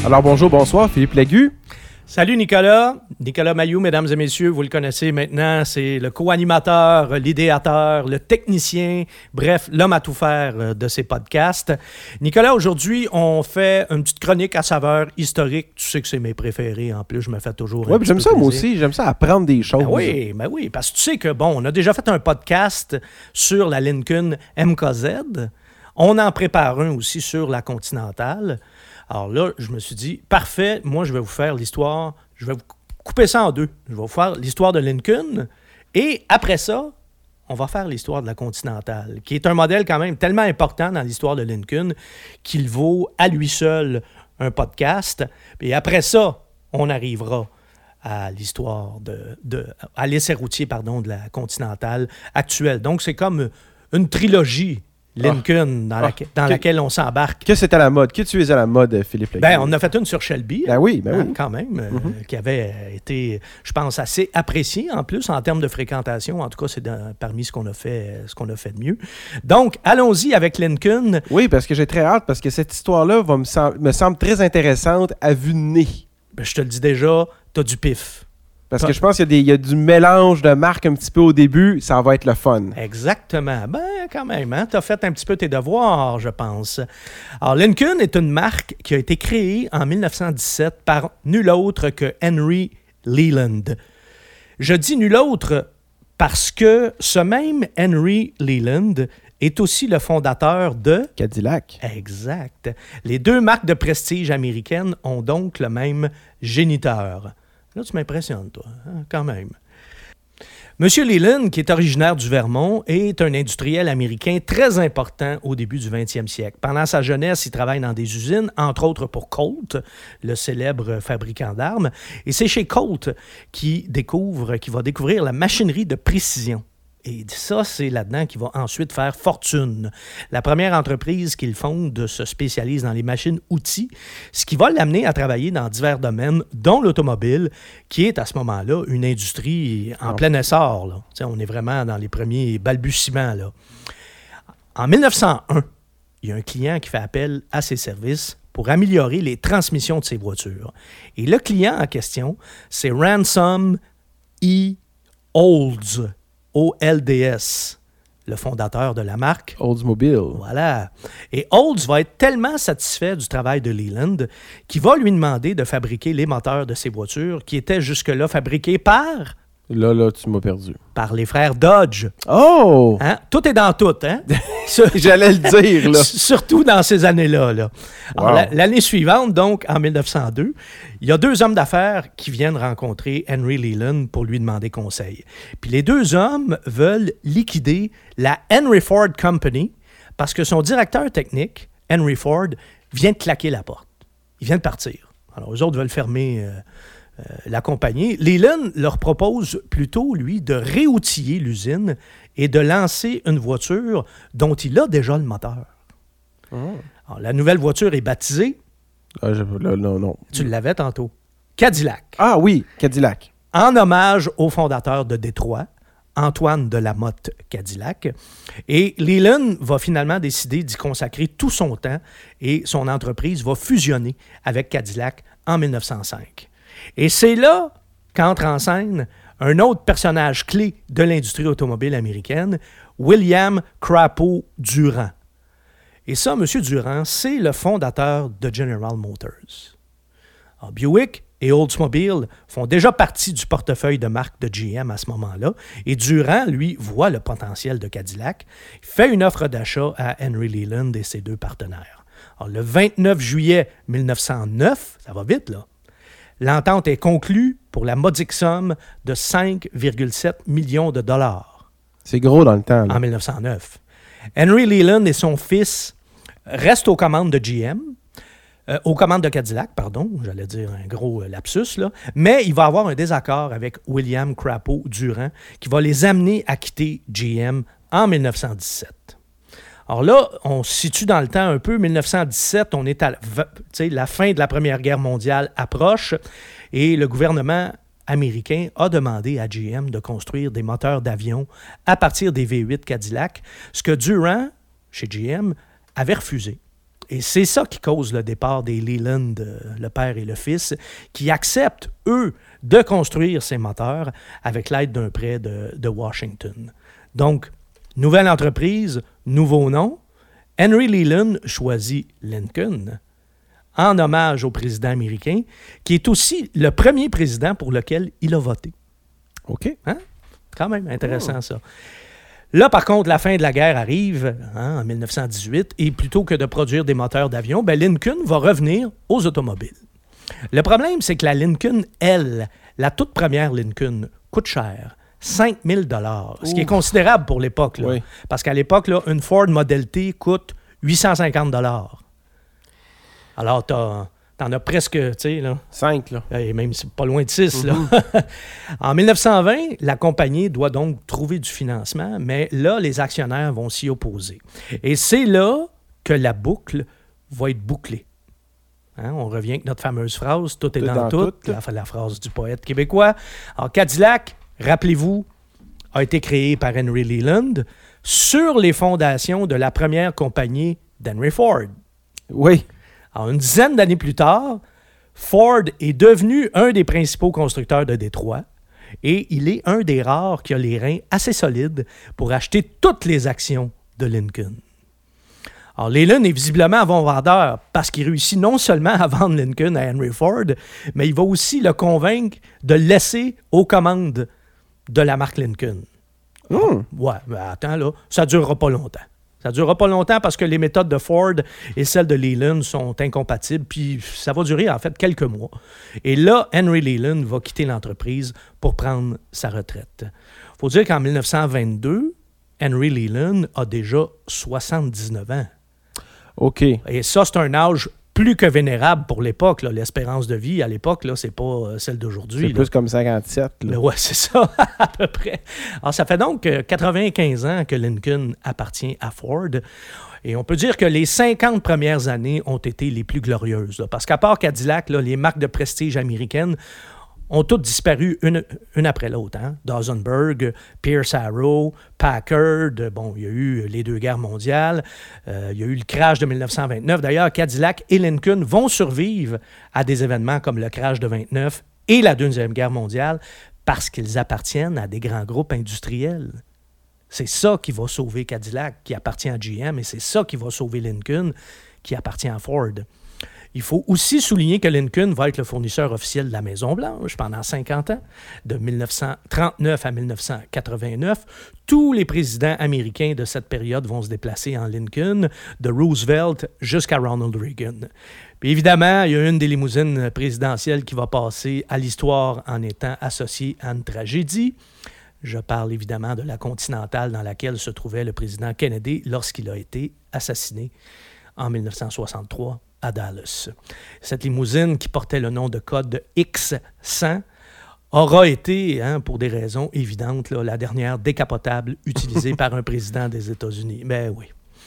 Alors bonjour, bonsoir, Philippe Lagu. Salut Nicolas. Nicolas Mailloux, mesdames et messieurs, vous le connaissez maintenant, c'est le co-animateur, l'idéateur, le technicien, bref, l'homme à tout faire de ces podcasts. Nicolas, aujourd'hui, on fait une petite chronique à saveur historique. Tu sais que c'est mes préférés, en plus, je me fais toujours Oui, j'aime ça plaisir. moi aussi, j'aime ça apprendre des choses. Ben oui, parce que tu sais que, bon, on a déjà fait un podcast sur la Lincoln MKZ. On en prépare un aussi sur la Continentale. Alors là, je me suis dit, parfait, moi, je vais vous faire l'histoire, je vais vous couper ça en deux. Je vais vous faire l'histoire de Lincoln et après ça, on va faire l'histoire de la Continentale, qui est un modèle quand même tellement important dans l'histoire de Lincoln qu'il vaut à lui seul un podcast. Et après ça, on arrivera à l'histoire à l'essai routier, de la Continentale actuelle. Donc, c'est comme une trilogie Lincoln, dans laquelle on s'embarque. Que c'est à la mode? Que tu es à la mode, Philippe Lagu? On a fait une sur Shelby. Oui. Quand même, qui avait été, je pense, assez appréciée en plus en termes de fréquentation. En tout cas, c'est parmi ce qu'on a fait de mieux. Donc, allons-y avec Lincoln. Oui, parce que j'ai très hâte, parce que cette histoire-là me semble très intéressante à vue de nez. Je te le dis déjà, t'as du pif. Parce que je pense qu'il y a du mélange de marques un petit peu au début, ça va être le fun. Exactement. Quand même, hein? Tu as fait un petit peu tes devoirs, je pense. Alors, Lincoln est une marque qui a été créée en 1917 par nul autre que Henry Leland. Je dis nul autre parce que ce même Henry Leland est aussi le fondateur de Cadillac. Exact. Les deux marques de prestige américaines ont donc le même géniteur. Là, tu m'impressionnes, toi, hein, quand même. Monsieur Leland, qui est originaire du Vermont, est un industriel américain très important au début du 20e siècle. Pendant sa jeunesse, il travaille dans des usines, entre autres pour Colt, le célèbre fabricant d'armes. Et c'est chez Colt qu'il va découvrir la machinerie de précision. Et ça, c'est là-dedans qu'il va ensuite faire fortune. La première entreprise qu'il fonde se spécialise dans les machines-outils, ce qui va l'amener à travailler dans divers domaines, dont l'automobile, qui est à ce moment-là une industrie en plein essor. Là. On est vraiment dans les premiers balbutiements. Là. En 1901, il y a un client qui fait appel à ses services pour améliorer les transmissions de ses voitures. Et le client en question, c'est Ransom E. Olds. OLDS, le fondateur de la marque. Oldsmobile. Voilà. Et Olds va être tellement satisfait du travail de Leland qu'il va lui demander de fabriquer les moteurs de ses voitures qui étaient jusque-là fabriqués par... Là, tu m'as perdu. Par les frères Dodge. Oh! Hein? Tout est dans tout, hein? J'allais le dire, là. Surtout dans ces années-là. Là. Wow. Alors, l'année suivante, donc, en 1902, il y a deux hommes d'affaires qui viennent rencontrer Henry Leland pour lui demander conseil. Puis les deux hommes veulent liquider la Henry Ford Company parce que son directeur technique, Henry Ford, vient de claquer la porte. Il vient de partir. Alors, eux autres veulent fermer... la compagnie. Leland leur propose plutôt, lui, de réoutiller l'usine et de lancer une voiture dont il a déjà le moteur. Oh. Alors, la nouvelle voiture est baptisée... non. Tu l'avais tantôt. Cadillac. Ah oui, Cadillac. En hommage au fondateur de Détroit, Antoine de la Motte Cadillac. Et Leland va finalement décider d'y consacrer tout son temps et son entreprise va fusionner avec Cadillac en 1905. Et c'est là qu'entre en scène un autre personnage clé de l'industrie automobile américaine, William Crapo Durand. Et ça, M. Durand, c'est le fondateur de General Motors. Alors, Buick et Oldsmobile font déjà partie du portefeuille de marque de GM à ce moment-là. Et Durand, lui, voit le potentiel de Cadillac, fait une offre d'achat à Henry Leland et ses deux partenaires. Alors, le 29 juillet 1909, ça va vite, là, l'entente est conclue pour la modique somme de 5,7 millions de dollars. C'est gros dans le temps. Là. En 1909. Henry Leland et son fils restent aux commandes de GM, aux commandes de Cadillac, j'allais dire un gros lapsus, là, mais il va avoir un désaccord avec William Crapo Durand qui va les amener à quitter GM en 1917. Alors là, on se situe dans le temps un peu. 1917, on est à la fin de la Première Guerre mondiale approche et le gouvernement américain a demandé à GM de construire des moteurs d'avion à partir des V8 Cadillac, ce que Durand, chez GM, avait refusé. Et c'est ça qui cause le départ des Leland, le père et le fils, qui acceptent, eux, de construire ces moteurs avec l'aide d'un prêt de Washington. Donc, nouvelle entreprise, nouveau nom. Henry Leland choisit Lincoln en hommage au président américain, qui est aussi le premier président pour lequel il a voté. OK. Hein? Quand même intéressant, ça. Là, par contre, la fin de la guerre arrive en 1918, et plutôt que de produire des moteurs d'avion, Lincoln va revenir aux automobiles. Le problème, c'est que la Lincoln, elle, la toute première Lincoln, coûte cher. 5 000 $, ce qui est considérable pour l'époque. Là, oui. Parce qu'à l'époque, là, une Ford Model T coûte 850 $. Alors, t'en as presque, tu sais, là. 5, là. Et même c'est pas loin de 6, là. En 1920, la compagnie doit donc trouver du financement, mais là, les actionnaires vont s'y opposer. Et c'est là que la boucle va être bouclée. Hein, on revient avec notre fameuse phrase « Tout est dans tout », la phrase du poète québécois. Alors, Cadillac, rappelez-vous, a été créé par Henry Leland sur les fondations de la première compagnie d'Henry Ford. Oui. Alors, une dizaine d'années plus tard, Ford est devenu un des principaux constructeurs de Détroit et il est un des rares qui a les reins assez solides pour acheter toutes les actions de Lincoln. Alors, Leland est visiblement un bon vendeur parce qu'il réussit non seulement à vendre Lincoln à Henry Ford, mais il va aussi le convaincre de le laisser aux commandes de la marque Lincoln. Ouais, mais attends, là, ça ne durera pas longtemps. Ça ne durera pas longtemps parce que les méthodes de Ford et celles de Leland sont incompatibles, puis ça va durer en fait quelques mois. Et là, Henry Leland va quitter l'entreprise pour prendre sa retraite. Il faut dire qu'en 1922, Henry Leland a déjà 79 ans. OK. Et ça, c'est un âge plus que vénérable pour l'époque. Là. L'espérance de vie à l'époque, là, c'est pas celle d'aujourd'hui. C'est plus comme 57. Oui, c'est ça, à peu près. Alors, ça fait donc 95 ans que Lincoln appartient à Ford. Et on peut dire que les 50 premières années ont été les plus glorieuses. Là, parce qu'à part Cadillac, là, les marques de prestige américaines ont toutes disparu une après l'autre. Hein? Duesenberg, Pierce Arrow, Packard, bon, il y a eu les deux guerres mondiales, il y a eu le crash de 1929. D'ailleurs, Cadillac et Lincoln vont survivre à des événements comme le crash de 29 et la Deuxième Guerre mondiale parce qu'ils appartiennent à des grands groupes industriels. C'est ça qui va sauver Cadillac, qui appartient à GM, et c'est ça qui va sauver Lincoln, qui appartient à Ford. Il faut aussi souligner que Lincoln va être le fournisseur officiel de la Maison-Blanche pendant 50 ans, de 1939 à 1989. Tous les présidents américains de cette période vont se déplacer en Lincoln, de Roosevelt jusqu'à Ronald Reagan. Puis évidemment, il y a une des limousines présidentielles qui va passer à l'histoire en étant associée à une tragédie. Je parle évidemment de la Continentale dans laquelle se trouvait le président Kennedy lorsqu'il a été assassiné en 1963 à Dallas. Cette limousine qui portait le nom de code X100 aura été, pour des raisons évidentes, là, la dernière décapotable utilisée par un président des États-Unis. Ben oui.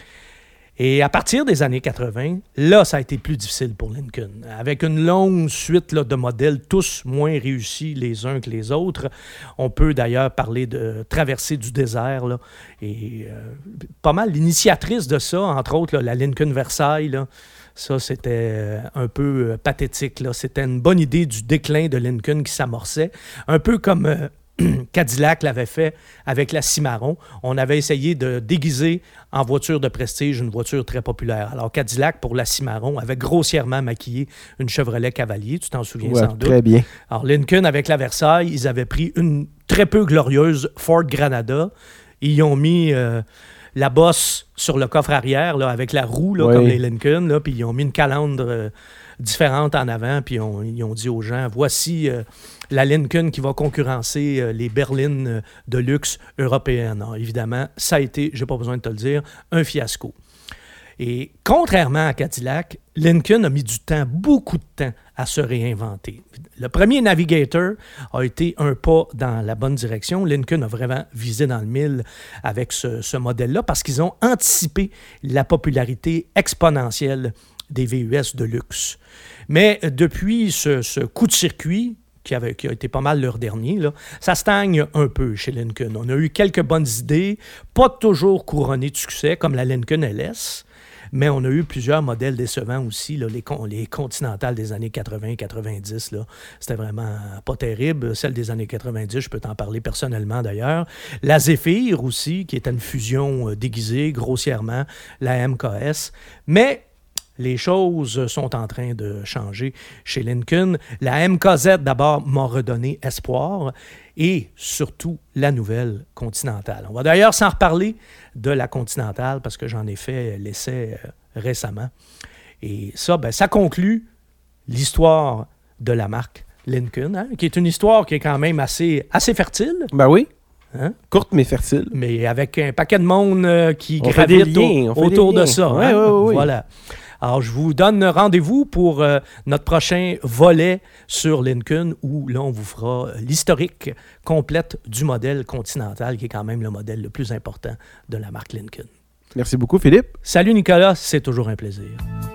Et à partir des années 80, là, ça a été plus difficile pour Lincoln. Avec une longue suite là, de modèles, tous moins réussis les uns que les autres. On peut d'ailleurs parler de traversée du désert. Là, et pas mal l'initiatrice de ça, entre autres, là, la Lincoln Versailles. Là, ça, c'était un peu pathétique. Là. C'était une bonne idée du déclin de Lincoln qui s'amorçait. Un peu comme Cadillac l'avait fait avec la Cimarron. On avait essayé de déguiser en voiture de prestige une voiture très populaire. Alors Cadillac, pour la Cimarron, avait grossièrement maquillé une Chevrolet Cavalier. Tu t'en souviens sans doute. Très bien. Alors Lincoln, avec la Versailles, ils avaient pris une très peu glorieuse Ford Granada. Ils y ont mis la bosse sur le coffre arrière là, avec la roue, là, comme les Lincoln. Là, puis ils ont mis une calandre différente en avant. Puis ils ont dit aux gens, voici la Lincoln qui va concurrencer les berlines de luxe européennes. Alors, évidemment, ça a été, je n'ai pas besoin de te le dire, un fiasco. Et contrairement à Cadillac, Lincoln a mis du temps, beaucoup de temps, à se réinventer. Le premier Navigator a été un pas dans la bonne direction. Lincoln a vraiment visé dans le mille avec ce modèle-là parce qu'ils ont anticipé la popularité exponentielle des VUS de luxe. Mais depuis ce coup de circuit, qui a été pas mal leur dernier, là, ça stagne un peu chez Lincoln. On a eu quelques bonnes idées, pas toujours couronnées de succès, comme la Lincoln LS, mais on a eu plusieurs modèles décevants aussi. Là, les Continentales des années 80-90, là, c'était vraiment pas terrible. Celle des années 90, je peux t'en parler personnellement d'ailleurs. La Zephyr aussi, qui était une fusion déguisée grossièrement, la MKS. Mais les choses sont en train de changer chez Lincoln. La MKZ, d'abord, m'a redonné espoir et surtout la nouvelle Continentale. On va d'ailleurs s'en reparler de la Continentale parce que j'en ai fait l'essai récemment. Et ça, ça conclut l'histoire de la marque Lincoln, hein, qui est une histoire qui est quand même assez fertile. Ben oui. Hein? Courte mais fertile. Mais avec un paquet de monde qui gravite autour de ça. Oui, hein? oui. Voilà. Alors, je vous donne rendez-vous pour notre prochain volet sur Lincoln où là, on vous fera l'historique complète du modèle Continental, qui est quand même le modèle le plus important de la marque Lincoln. Merci beaucoup, Philippe. Salut Nicolas, c'est toujours un plaisir.